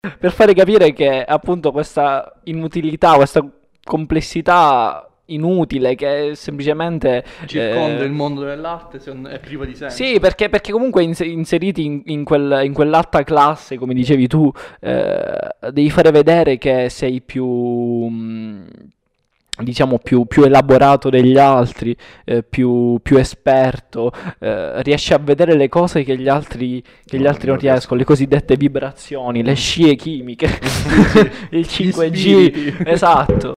Per fare capire che appunto questa inutilità, questa complessità inutile che semplicemente Circonda il mondo dell'arte è privo di sì, senso. perché comunque inseriti in quell'alta classe, come dicevi tu, devi fare vedere che sei più, diciamo, più elaborato degli altri, più esperto, riesci a vedere le cose che gli altri non Non riescono, le riesco. cosiddette vibrazioni, le scie chimiche, Sì, sì, il gli 5G, spiriti. esatto.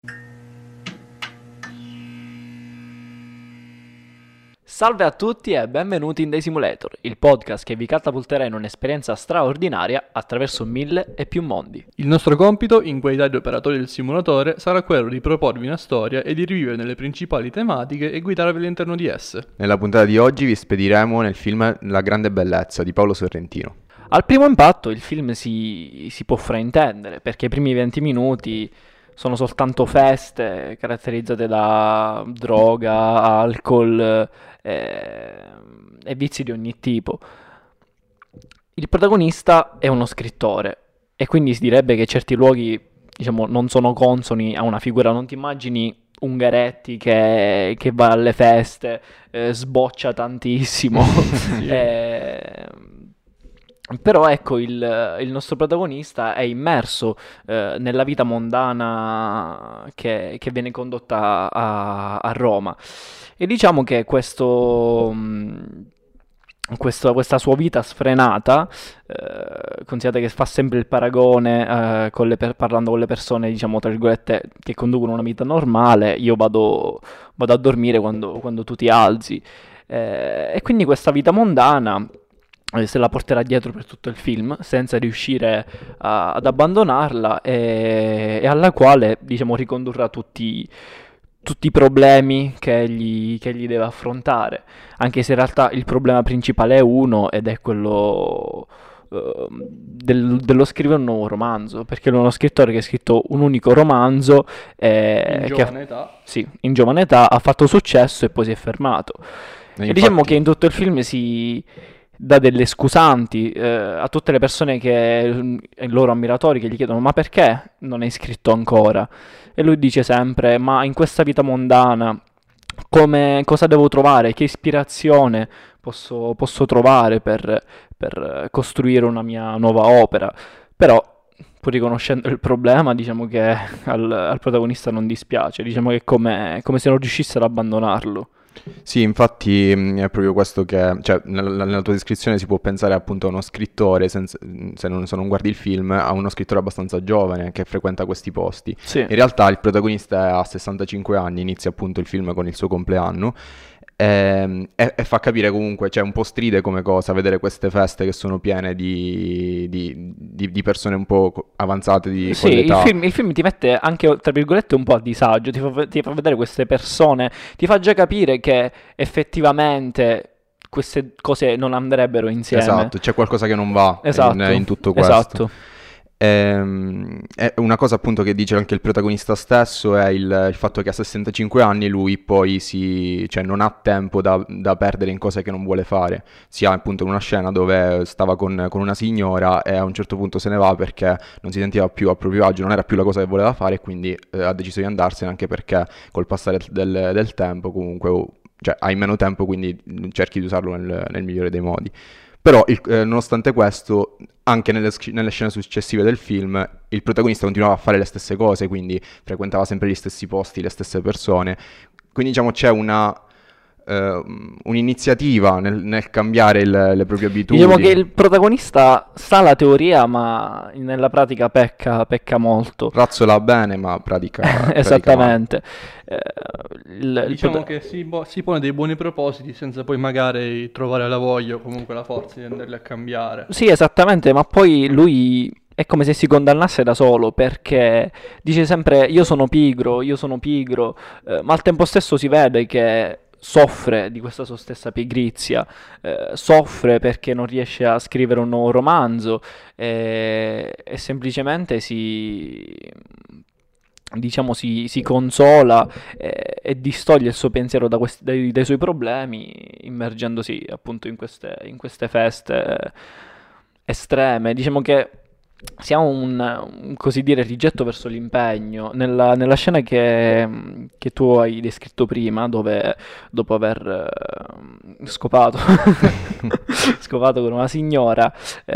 Salve a tutti e benvenuti in Day Simulator, il podcast che vi catapulterà in un'esperienza straordinaria attraverso 1000 e più mondi. Il nostro compito, in qualità di operatori del simulatore, sarà quello di proporvi una storia e di rivivere le principali tematiche e guidarvi all'interno di esse. Nella puntata di oggi vi spediremo nel film La grande bellezza di Paolo Sorrentino. Al primo impatto il film si può fraintendere, perché i primi 20 minuti sono soltanto feste caratterizzate da droga, alcol e vizi di ogni tipo. Il protagonista è uno scrittore e quindi si direbbe che certi luoghi, diciamo, non sono consoni a una figura. Non ti immagini Ungaretti che va alle feste, sboccia tantissimo. Sì. eh, Però ecco, il nostro protagonista è immerso nella vita mondana che viene condotta a Roma. E diciamo che questa sua vita sfrenata, considerate che fa sempre il paragone parlando con le persone, diciamo, tra virgolette, che conducono una vita normale, io vado a dormire quando tu ti alzi. E quindi questa vita mondana se la porterà dietro per tutto il film senza riuscire ad abbandonarla e alla quale, diciamo, ricondurrà tutti i problemi che egli deve affrontare, anche se in realtà il problema principale è uno ed è quello dello scrivere un nuovo romanzo, perché lui è uno scrittore che ha scritto un unico romanzo In che giovane età. sì, in giovane età ha fatto successo e poi si è fermato. E E diciamo che infatti, in tutto il film si dà delle scusanti a tutte le persone i loro ammiratori che gli chiedono ma perché non hai scritto ancora? E lui dice sempre ma in questa vita mondana cosa devo trovare? Che ispirazione posso trovare per costruire una mia nuova opera? Però pur riconoscendo il problema, diciamo che al protagonista non dispiace, diciamo che è come se non riuscisse ad abbandonarlo. sì, infatti è proprio questo che, cioè, nella tua descrizione si può pensare appunto a uno scrittore, se non guardi il film, a uno scrittore abbastanza giovane che frequenta questi posti. Sì. In realtà il protagonista ha 65 anni, inizia appunto il film con il suo compleanno. E fa capire comunque, cioè un po' stride come cosa vedere queste feste che sono piene di persone un po' avanzate con Sì, l'età. il film ti mette anche, tra virgolette, un po' a disagio, ti fa vedere queste persone, ti fa già capire che effettivamente queste cose non andrebbero insieme. Esatto, c'è qualcosa che non va Esatto, in tutto questo. esatto. È una cosa appunto che dice anche il protagonista stesso è il fatto che a 65 anni lui poi cioè, non ha tempo da perdere in cose che non vuole fare. Si ha appunto una scena dove stava con una signora e a un certo punto se ne va perché non si sentiva più a proprio agio, non era più la cosa che voleva fare e quindi ha deciso di andarsene anche perché col passare del tempo comunque cioè, hai meno tempo quindi cerchi di usarlo nel migliore dei modi. Però, nonostante questo, anche nelle scene successive del film, il protagonista continuava a fare le stesse cose, quindi frequentava sempre gli stessi posti, le stesse persone. Quindi, diciamo, c'è un'iniziativa nel cambiare le proprie Diciamo che abitudini. il protagonista sa la teoria, ma nella pratica pecca molto. Razzola bene, ma pratica male. Esattamente. Eh, Diciamo che si pone dei buoni propositi senza poi magari trovare la voglia o comunque la forza di andarli a cambiare. Sì, esattamente, ma poi lui è come se si condannasse da solo perché dice sempre io sono pigro, ma al tempo stesso si vede che soffre di questa sua stessa pigrizia, soffre perché non riesce a scrivere un nuovo romanzo e semplicemente diciamo, si consola e distoglie il suo pensiero dai suoi problemi, immergendosi appunto in queste feste estreme. Diciamo che si ha un così dire rigetto verso l'impegno. Nella scena che tu hai descritto prima, dove dopo aver scopato, scopato con una signora,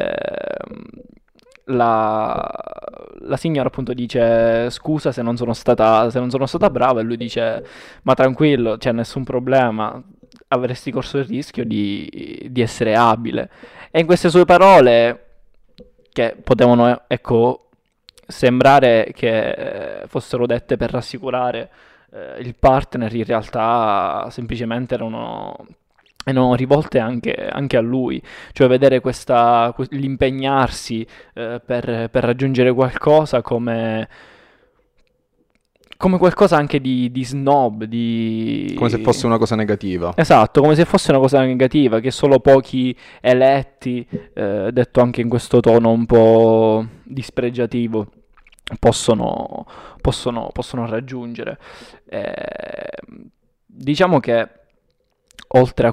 la, la signora appunto dice scusa se non sono stata brava, e lui dice ma tranquillo, c'è nessun problema, avresti corso il rischio di essere abile. E in queste sue parole, che potevano, ecco, sembrare che fossero dette per rassicurare il partner, in realtà semplicemente erano rivolte anche a lui, cioè vedere l'impegnarsi per raggiungere qualcosa come qualcosa anche di snob, Come se fosse una cosa negativa. Esatto, come se fosse una cosa negativa, che solo pochi eletti, detto anche in questo tono un po' dispregiativo, possono raggiungere. Diciamo che oltre a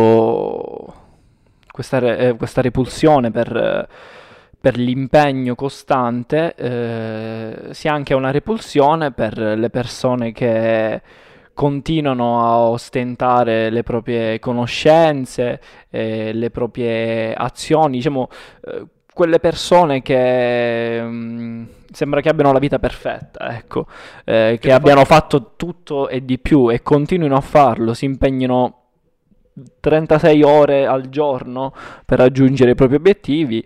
questa repulsione per l'impegno costante, si ha anche una repulsione per le persone che continuano a ostentare le proprie conoscenze, le proprie azioni, diciamo, quelle persone che sembra che abbiano la vita perfetta, ecco, che abbiano fatto tutto e di più e continuino a farlo, si impegnano 36 ore al giorno per raggiungere i propri obiettivi,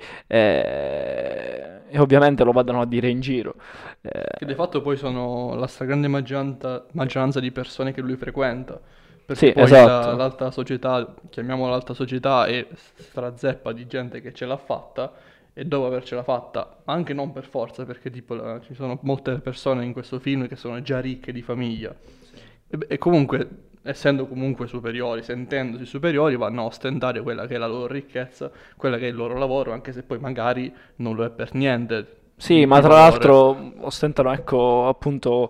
e ovviamente lo vadano a dire in giro. Che di fatto poi sono la stragrande maggioranza di persone che lui frequenta. Perché Sì, poi esatto. l'alta società, chiamiamola alta società, è strazeppa di gente che ce l'ha fatta e dopo avercela fatta, anche non per forza, perché tipo ci sono molte persone in questo film che sono già ricche di famiglia. E comunque, essendo comunque superiori, sentendosi superiori, vanno a ostentare quella che è la loro ricchezza, quella che è il loro lavoro, anche se poi magari non lo è per niente Sì, ma di tra valore. l'altro ostentano, ecco, appunto,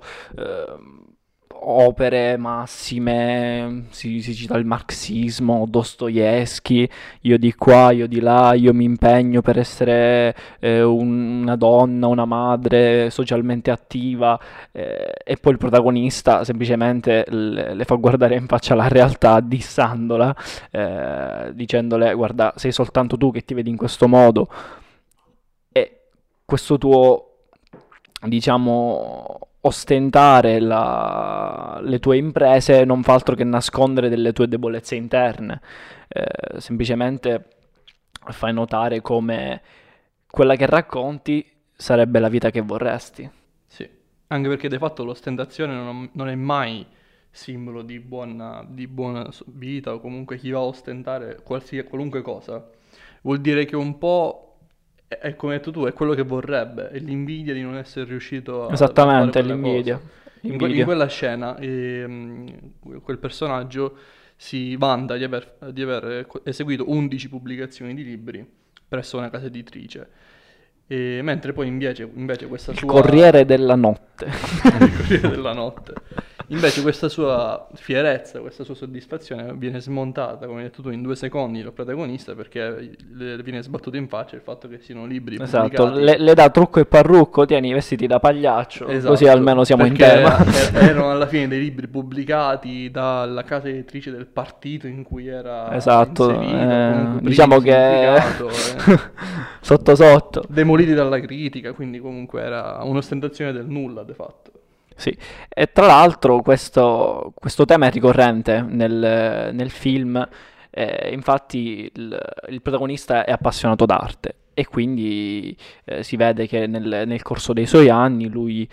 opere massime, si cita il marxismo, Dostoevsky, io di qua, io di là, io mi impegno per essere una donna, una madre socialmente attiva, e poi il protagonista semplicemente le fa guardare in faccia la realtà, dissandola, dicendole, guarda, sei soltanto tu che ti vedi in questo modo. E questo tuo, diciamo, ostentare le tue imprese non fa altro che nascondere delle tue debolezze interne. Semplicemente fai notare come quella che racconti sarebbe la vita che vorresti. Sì, anche perché di fatto l'ostentazione non è mai simbolo di buona vita o comunque chi va a ostentare qualunque cosa. Vuol dire che un po' è come hai detto tu, è quello che vorrebbe, è l'invidia di non essere riuscito a fare Esattamente, quella l'invidia. cosa. In Invidia. quella scena quel personaggio si vanta di aver eseguito 11 pubblicazioni di libri presso una casa editrice. Mentre poi invece questa Il sua Corriere della Notte. il Corriere della Notte. Invece questa sua fierezza, questa sua soddisfazione viene smontata, come hai detto tu, in 2 secondi dal protagonista perché le viene sbattuto in faccia il fatto che siano libri Esatto, pubblicati. le dà trucco e parrucco, tieni i vestiti da pagliaccio, così Esatto, almeno siamo in perché tema. erano alla fine dei libri pubblicati dalla casa editrice del partito in cui era Esatto, inserito, comunque privi diciamo di che significato, sotto sotto. demoliti dalla critica, quindi comunque era un'ostentazione del nulla, de fatto. Sì, e tra l'altro questo tema è ricorrente nel film, infatti il protagonista è appassionato d'arte e quindi si vede che nel corso dei suoi anni lui,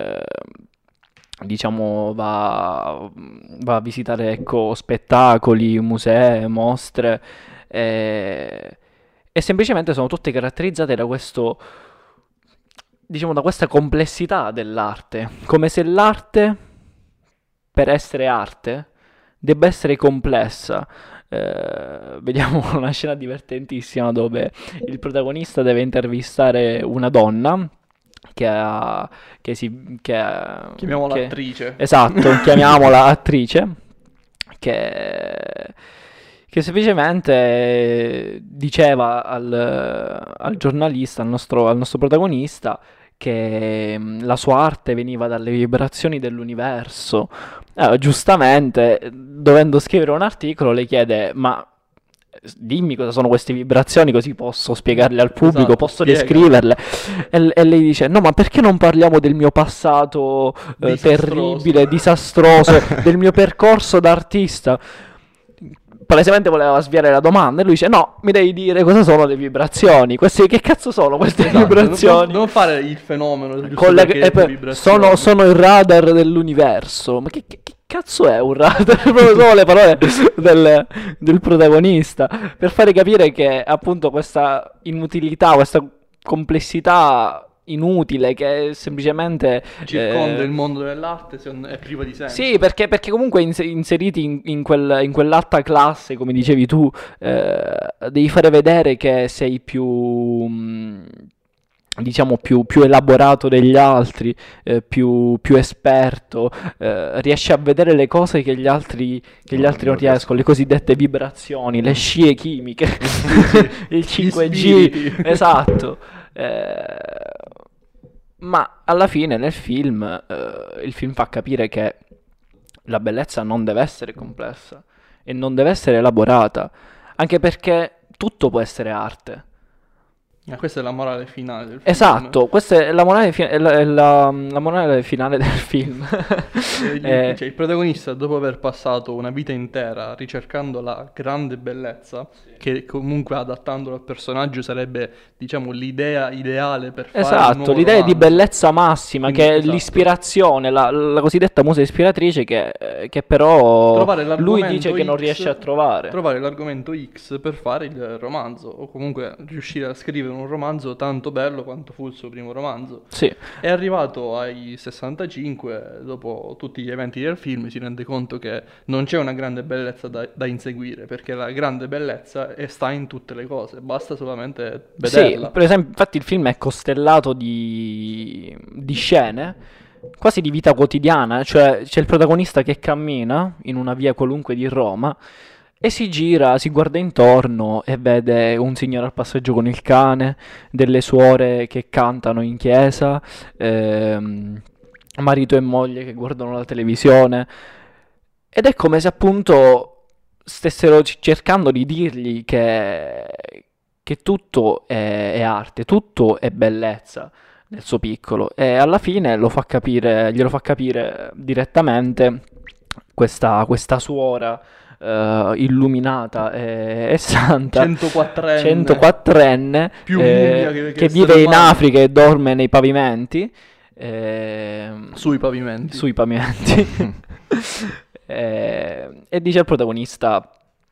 diciamo, va a visitare, ecco, spettacoli, musei, mostre, eh, e semplicemente sono tutte caratterizzate da questo, diciamo, da questa complessità dell'arte, come se l'arte, per essere arte, debba essere complessa. Vediamo una scena divertentissima dove il protagonista deve intervistare una donna che ha, Chiamiamola che, attrice. esatto, chiamiamola attrice, che che semplicemente diceva al giornalista, al nostro protagonista, che la sua arte veniva dalle vibrazioni dell'universo. Giustamente, dovendo scrivere un articolo, le chiede: ma dimmi cosa sono queste vibrazioni, così posso spiegarle al pubblico, Esatto, posso spiega. descriverle. E lei dice: no, ma perché non parliamo del mio passato Disastroso. terribile, disastroso, del mio percorso da artista? Palesemente voleva sviare la domanda e lui dice: no, mi devi dire cosa sono le vibrazioni. Che cazzo sono queste Esatto, vibrazioni? non fare il fenomeno giusto Con le- perché e le poi vibrazioni. sono il radar dell'universo. Ma che cazzo è un radar? Proprio solo le parole del protagonista. Per fare capire che appunto questa inutilità, questa complessità inutile che semplicemente Circonda il mondo dell'arte è privo di senso. sì, perché comunque inseriti in quell'alta classe, come dicevi tu, devi fare vedere che sei più, diciamo, più elaborato degli altri, più esperto, riesci a vedere le cose che gli altri non riescono, le cosiddette vibrazioni, le scie chimiche, il 5G, spiriti. esatto. Ma alla fine nel film, il film fa capire che la bellezza non deve essere complessa e non deve essere elaborata, anche perché tutto può essere arte. Questa è la morale finale del film. Esatto, questa è la morale, la morale finale del film. Cioè, il protagonista, dopo aver passato una vita intera ricercando la grande bellezza, che comunque adattandolo al personaggio sarebbe, diciamo, l'idea ideale per fare un Esatto, nuovo l'idea di romanzo. bellezza massima, Quindi, che è esatto. l'ispirazione, la cosiddetta musa ispiratrice che però Trovare lui l'argomento dice che non X, riesce a trovare. Trovare l'argomento X per fare il romanzo, o comunque riuscire a scrivere un romanzo tanto bello quanto fu il suo primo romanzo. Sì, È arrivato ai 65, dopo tutti gli eventi del film, si rende conto che non c'è una grande bellezza da inseguire, perché la grande bellezza sta in tutte le cose, basta solamente vederla. sì, per esempio, infatti il film è costellato di scene quasi di vita quotidiana, cioè c'è il protagonista che cammina in una via qualunque di Roma e si gira, si guarda intorno e vede un signore al passaggio con il cane, delle suore che cantano in chiesa, marito e moglie che guardano la televisione, ed è come se appunto stessero cercando di dirgli che tutto è arte, tutto è bellezza nel suo piccolo, e alla fine glielo fa capire direttamente questa suora illuminata e santa, 104enne, 104enne, più mummia che vive essere in umano. Africa e dorme nei pavimenti. Sui pavimenti. Sui pavimenti. E dice al protagonista,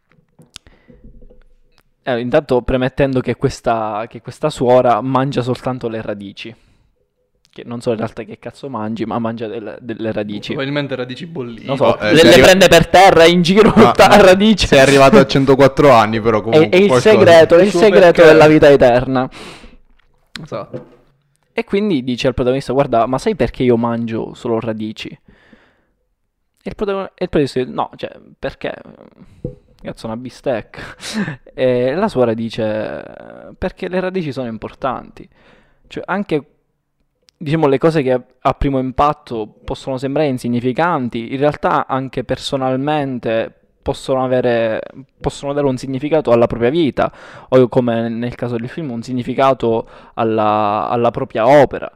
intanto premettendo che questa suora mangia soltanto le radici, che non so in realtà che cazzo mangi, ma mangia delle radici. Probabilmente radici bollite. Non so, sei le arriva- prende per terra in giro Ma- a radici. Sei arrivato a 104 anni, però comunque È il qualcosa. segreto, è il Il suo segreto perché. della vita eterna. Esatto. E quindi dice al protagonista: guarda, ma sai perché io mangio solo radici? E il protagonista dice: no, cioè, perché? Cazzo, una bistecca. E la suora dice: perché le radici sono importanti. Cioè, anche, diciamo, le cose che a primo impatto possono sembrare insignificanti, in realtà anche personalmente possono dare un significato alla propria vita, o come nel caso del film, un significato alla propria opera.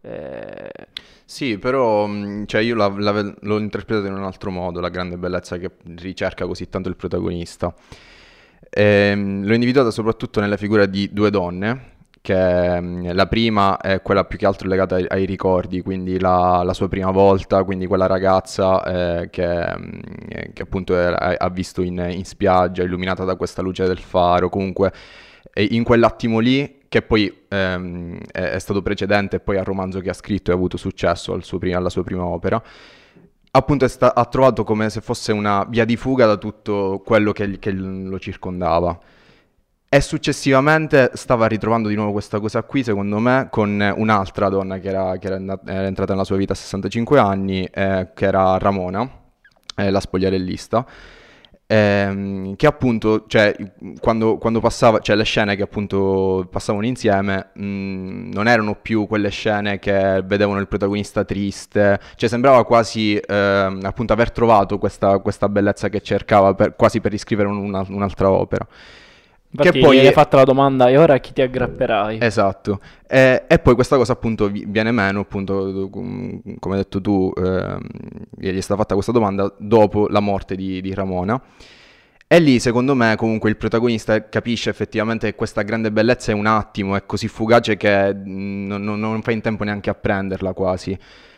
Sì, però cioè io l'ho interpretato in un altro modo, la grande bellezza che ricerca così tanto il protagonista. L'ho individuata soprattutto nella figura di due donne, che la prima è quella più che altro legata ai ricordi, quindi la sua prima volta, quindi quella ragazza che appunto ha visto in spiaggia, illuminata da questa luce del faro, comunque in quell'attimo lì, che poi è stato precedente poi al romanzo che ha scritto e ha avuto successo alla sua prima opera, appunto ha trovato come se fosse una via di fuga da tutto quello che lo circondava. E successivamente stava ritrovando di nuovo questa cosa qui, secondo me, con un'altra donna che era entrata nella sua vita a 65 anni, che era Ramona, la spogliarellista. che appunto, cioè, quando passava, cioè le scene che appunto passavano insieme, non erano più quelle scene che vedevano il protagonista triste, cioè sembrava quasi appunto aver trovato questa bellezza che cercava quasi per riscrivere un'altra opera. Che Infatti poi gli hai fatto la domanda, e ora a chi ti aggrapperai? esatto, e poi questa cosa appunto viene meno, appunto, come hai detto tu, gli è stata fatta questa domanda dopo la morte di Ramona. E lì, secondo me, comunque il protagonista capisce effettivamente che questa grande bellezza è un attimo, è così fugace che non fa in tempo neanche a prenderla quasi.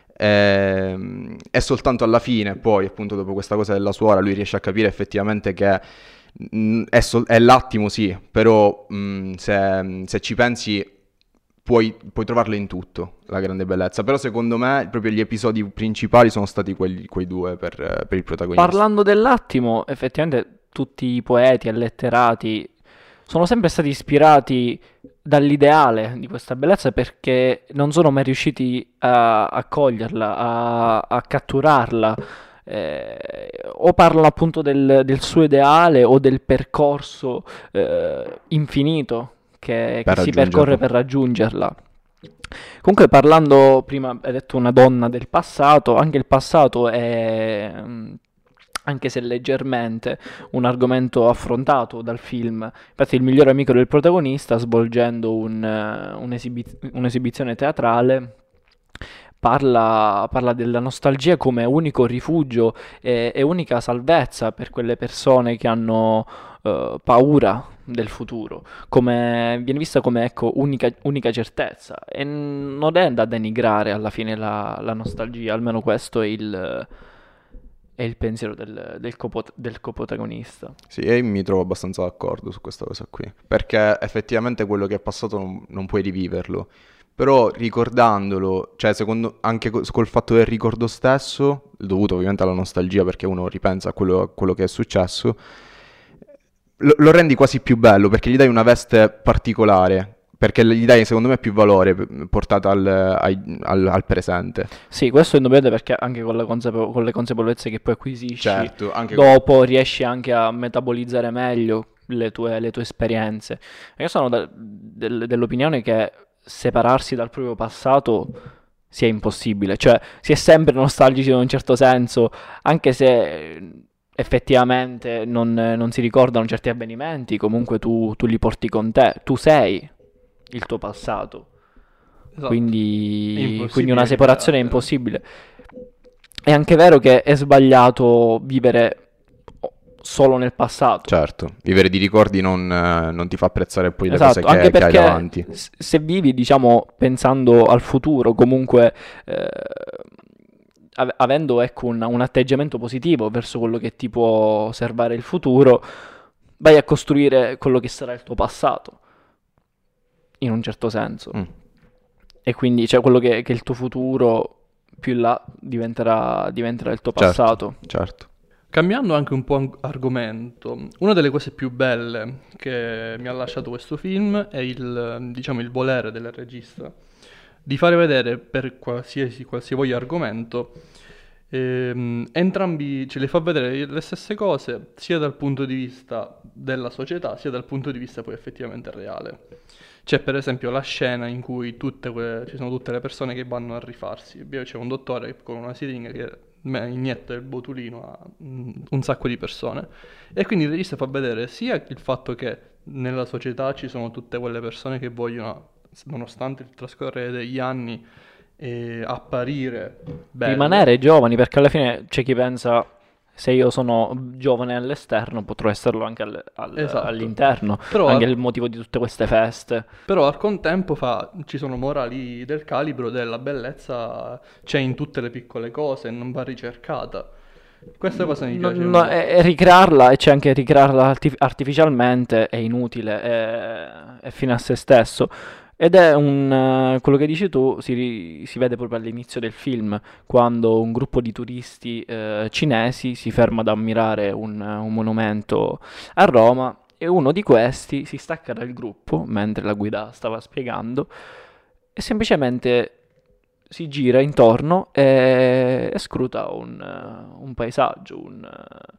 È soltanto alla fine, poi, appunto, dopo questa cosa della suora, lui riesce a capire effettivamente che è l'attimo, sì, però se ci pensi puoi trovarlo in tutto, la grande bellezza. Però secondo me proprio gli episodi principali sono stati quei due per il protagonista. Parlando dell'attimo, effettivamente tutti i poeti e letterati sono sempre stati ispirati dall'ideale di questa bellezza perché non sono mai riusciti a coglierla, a catturarla. O parlano appunto del suo ideale o del percorso infinito che Per si raggiungerlo. percorre per raggiungerla. Comunque parlando, prima hai detto una donna del passato, anche il passato è, anche se leggermente, un argomento affrontato dal film. Infatti il migliore amico del protagonista, svolgendo un'esibizione teatrale, parla della nostalgia come unico rifugio e unica salvezza per quelle persone che hanno paura del futuro, viene vista come ecco, unica certezza e non è da denigrare alla fine la nostalgia, almeno questo è il pensiero del coprotagonista. Sì, e io mi trovo abbastanza d'accordo su questa cosa qui, perché effettivamente quello che è passato non puoi riviverlo, però ricordandolo, cioè secondo anche col fatto del ricordo stesso, dovuto ovviamente alla nostalgia perché uno ripensa a quello che è successo, lo rendi quasi più bello perché gli dai una veste particolare, perché gli dai secondo me più valore portata al presente. Sì, questo è indubbiamente perché anche con con le consapevolezze che poi acquisisci, Certo, anche dopo riesci anche a metabolizzare meglio le tue esperienze. E io sono dell'opinione che separarsi dal proprio passato sia impossibile, cioè si è sempre nostalgici in un certo senso, anche se effettivamente non si ricordano certi avvenimenti, comunque tu li porti con te, tu sei il tuo passato. Esatto. È Quindi impossibile una separazione è eliminarlo. impossibile. È anche vero che è sbagliato vivere solo nel passato. certo, vivere di ricordi non ti fa apprezzare poi le Esatto, cose anche che hai perché davanti. se vivi, diciamo, pensando al futuro, comunque avendo ecco, un atteggiamento positivo verso quello che ti può servare il futuro, vai a costruire quello che sarà il tuo passato, in un certo senso. Mm, E quindi cioè, quello che è il tuo futuro più in là diventerà il tuo passato. certo. Cambiando anche un po' argomento, una delle cose più belle che mi ha lasciato questo film è diciamo, il volere del regista di fare vedere per qualsivoglia argomento, entrambi ce le fa vedere le stesse cose sia dal punto di vista della società sia dal punto di vista poi effettivamente reale. C'è per esempio la scena in cui ci sono tutte le persone che vanno a rifarsi. C'è un dottore con una siringa che inietta il botulino a un sacco di persone. E quindi il regista fa vedere sia il fatto che nella società ci sono tutte quelle persone che vogliono, nonostante il trascorrere degli anni, apparire belle. Rimanere giovani, perché alla fine c'è chi pensa se io sono giovane all'esterno potrò esserlo anche Esatto. all'interno, Però anche il motivo di tutte queste feste. Però al contempo ci sono morali del calibro della bellezza, c'è in tutte le piccole cose, non va ricercata. Questa cosa mi piace No, molto. e ricrearla, e c'è anche ricrearla artificialmente, è inutile, è fine a se stesso. Ed è quello che dici tu si vede proprio all'inizio del film, quando un gruppo di turisti cinesi si ferma ad ammirare un monumento a Roma e uno di questi si stacca dal gruppo mentre la guida stava spiegando e semplicemente si gira intorno e scruta un paesaggio,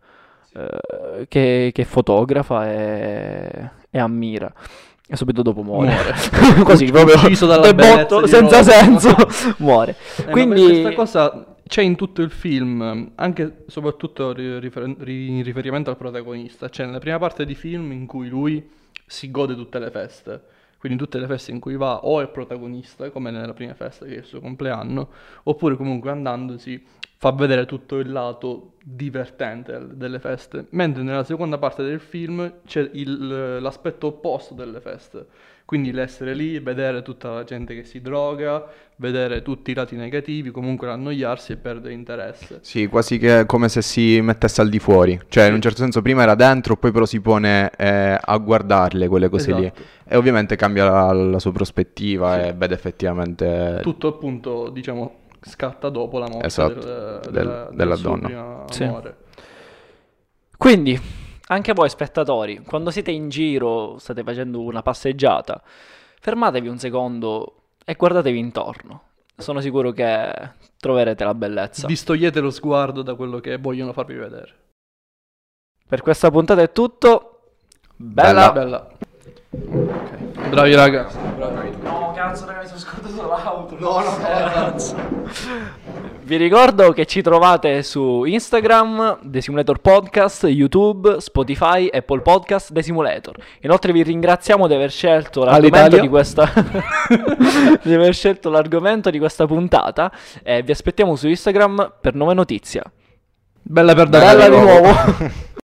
che fotografa e ammira. E subito dopo muore. Muore. Così, proprio Ucciso dalla de bellezza botto, di senza Roma. senso, muore. Ma Quindi questa cosa c'è in tutto il film, anche soprattutto in riferimento al protagonista. C'è nella prima parte di film in cui lui si gode tutte le feste. Quindi tutte le feste in cui va o è protagonista, come nella prima festa che è il suo compleanno, oppure comunque andandosi fa vedere tutto il lato divertente delle feste. Mentre nella seconda parte del film c'è l'aspetto opposto delle feste. Quindi l'essere lì, vedere tutta la gente che si droga, vedere tutti i lati negativi, comunque annoiarsi e perdere interesse. Sì, quasi che come se si mettesse al di fuori. Cioè, in un certo senso prima era dentro, poi però si pone a guardarle quelle cose lì. Esatto. E ovviamente cambia la sua prospettiva Sì. e vede effettivamente... Tutto appunto, diciamo, scatta dopo la morte Esatto, della suo donna. primo Sì. amore. Quindi, anche voi spettatori, quando siete in giro, state facendo una passeggiata, fermatevi un secondo e guardatevi intorno. Sono sicuro che troverete la bellezza. Distogliete lo sguardo da quello che vogliono farvi vedere. Per questa puntata è tutto. Bella. Bella. Ok. Bravi ragazzi. No, cazzo, ragazzi, ho scordato l'auto. No, cazzo. Vi ricordo che ci trovate su Instagram, The Simulator Podcast, YouTube, Spotify, Apple Podcast, The Simulator. Inoltre vi ringraziamo di aver scelto l'argomento All'Italia. di questa di aver scelto l'argomento di questa puntata e vi aspettiamo su Instagram per nuove notizie. Bella per Bella Daniele. di nuovo.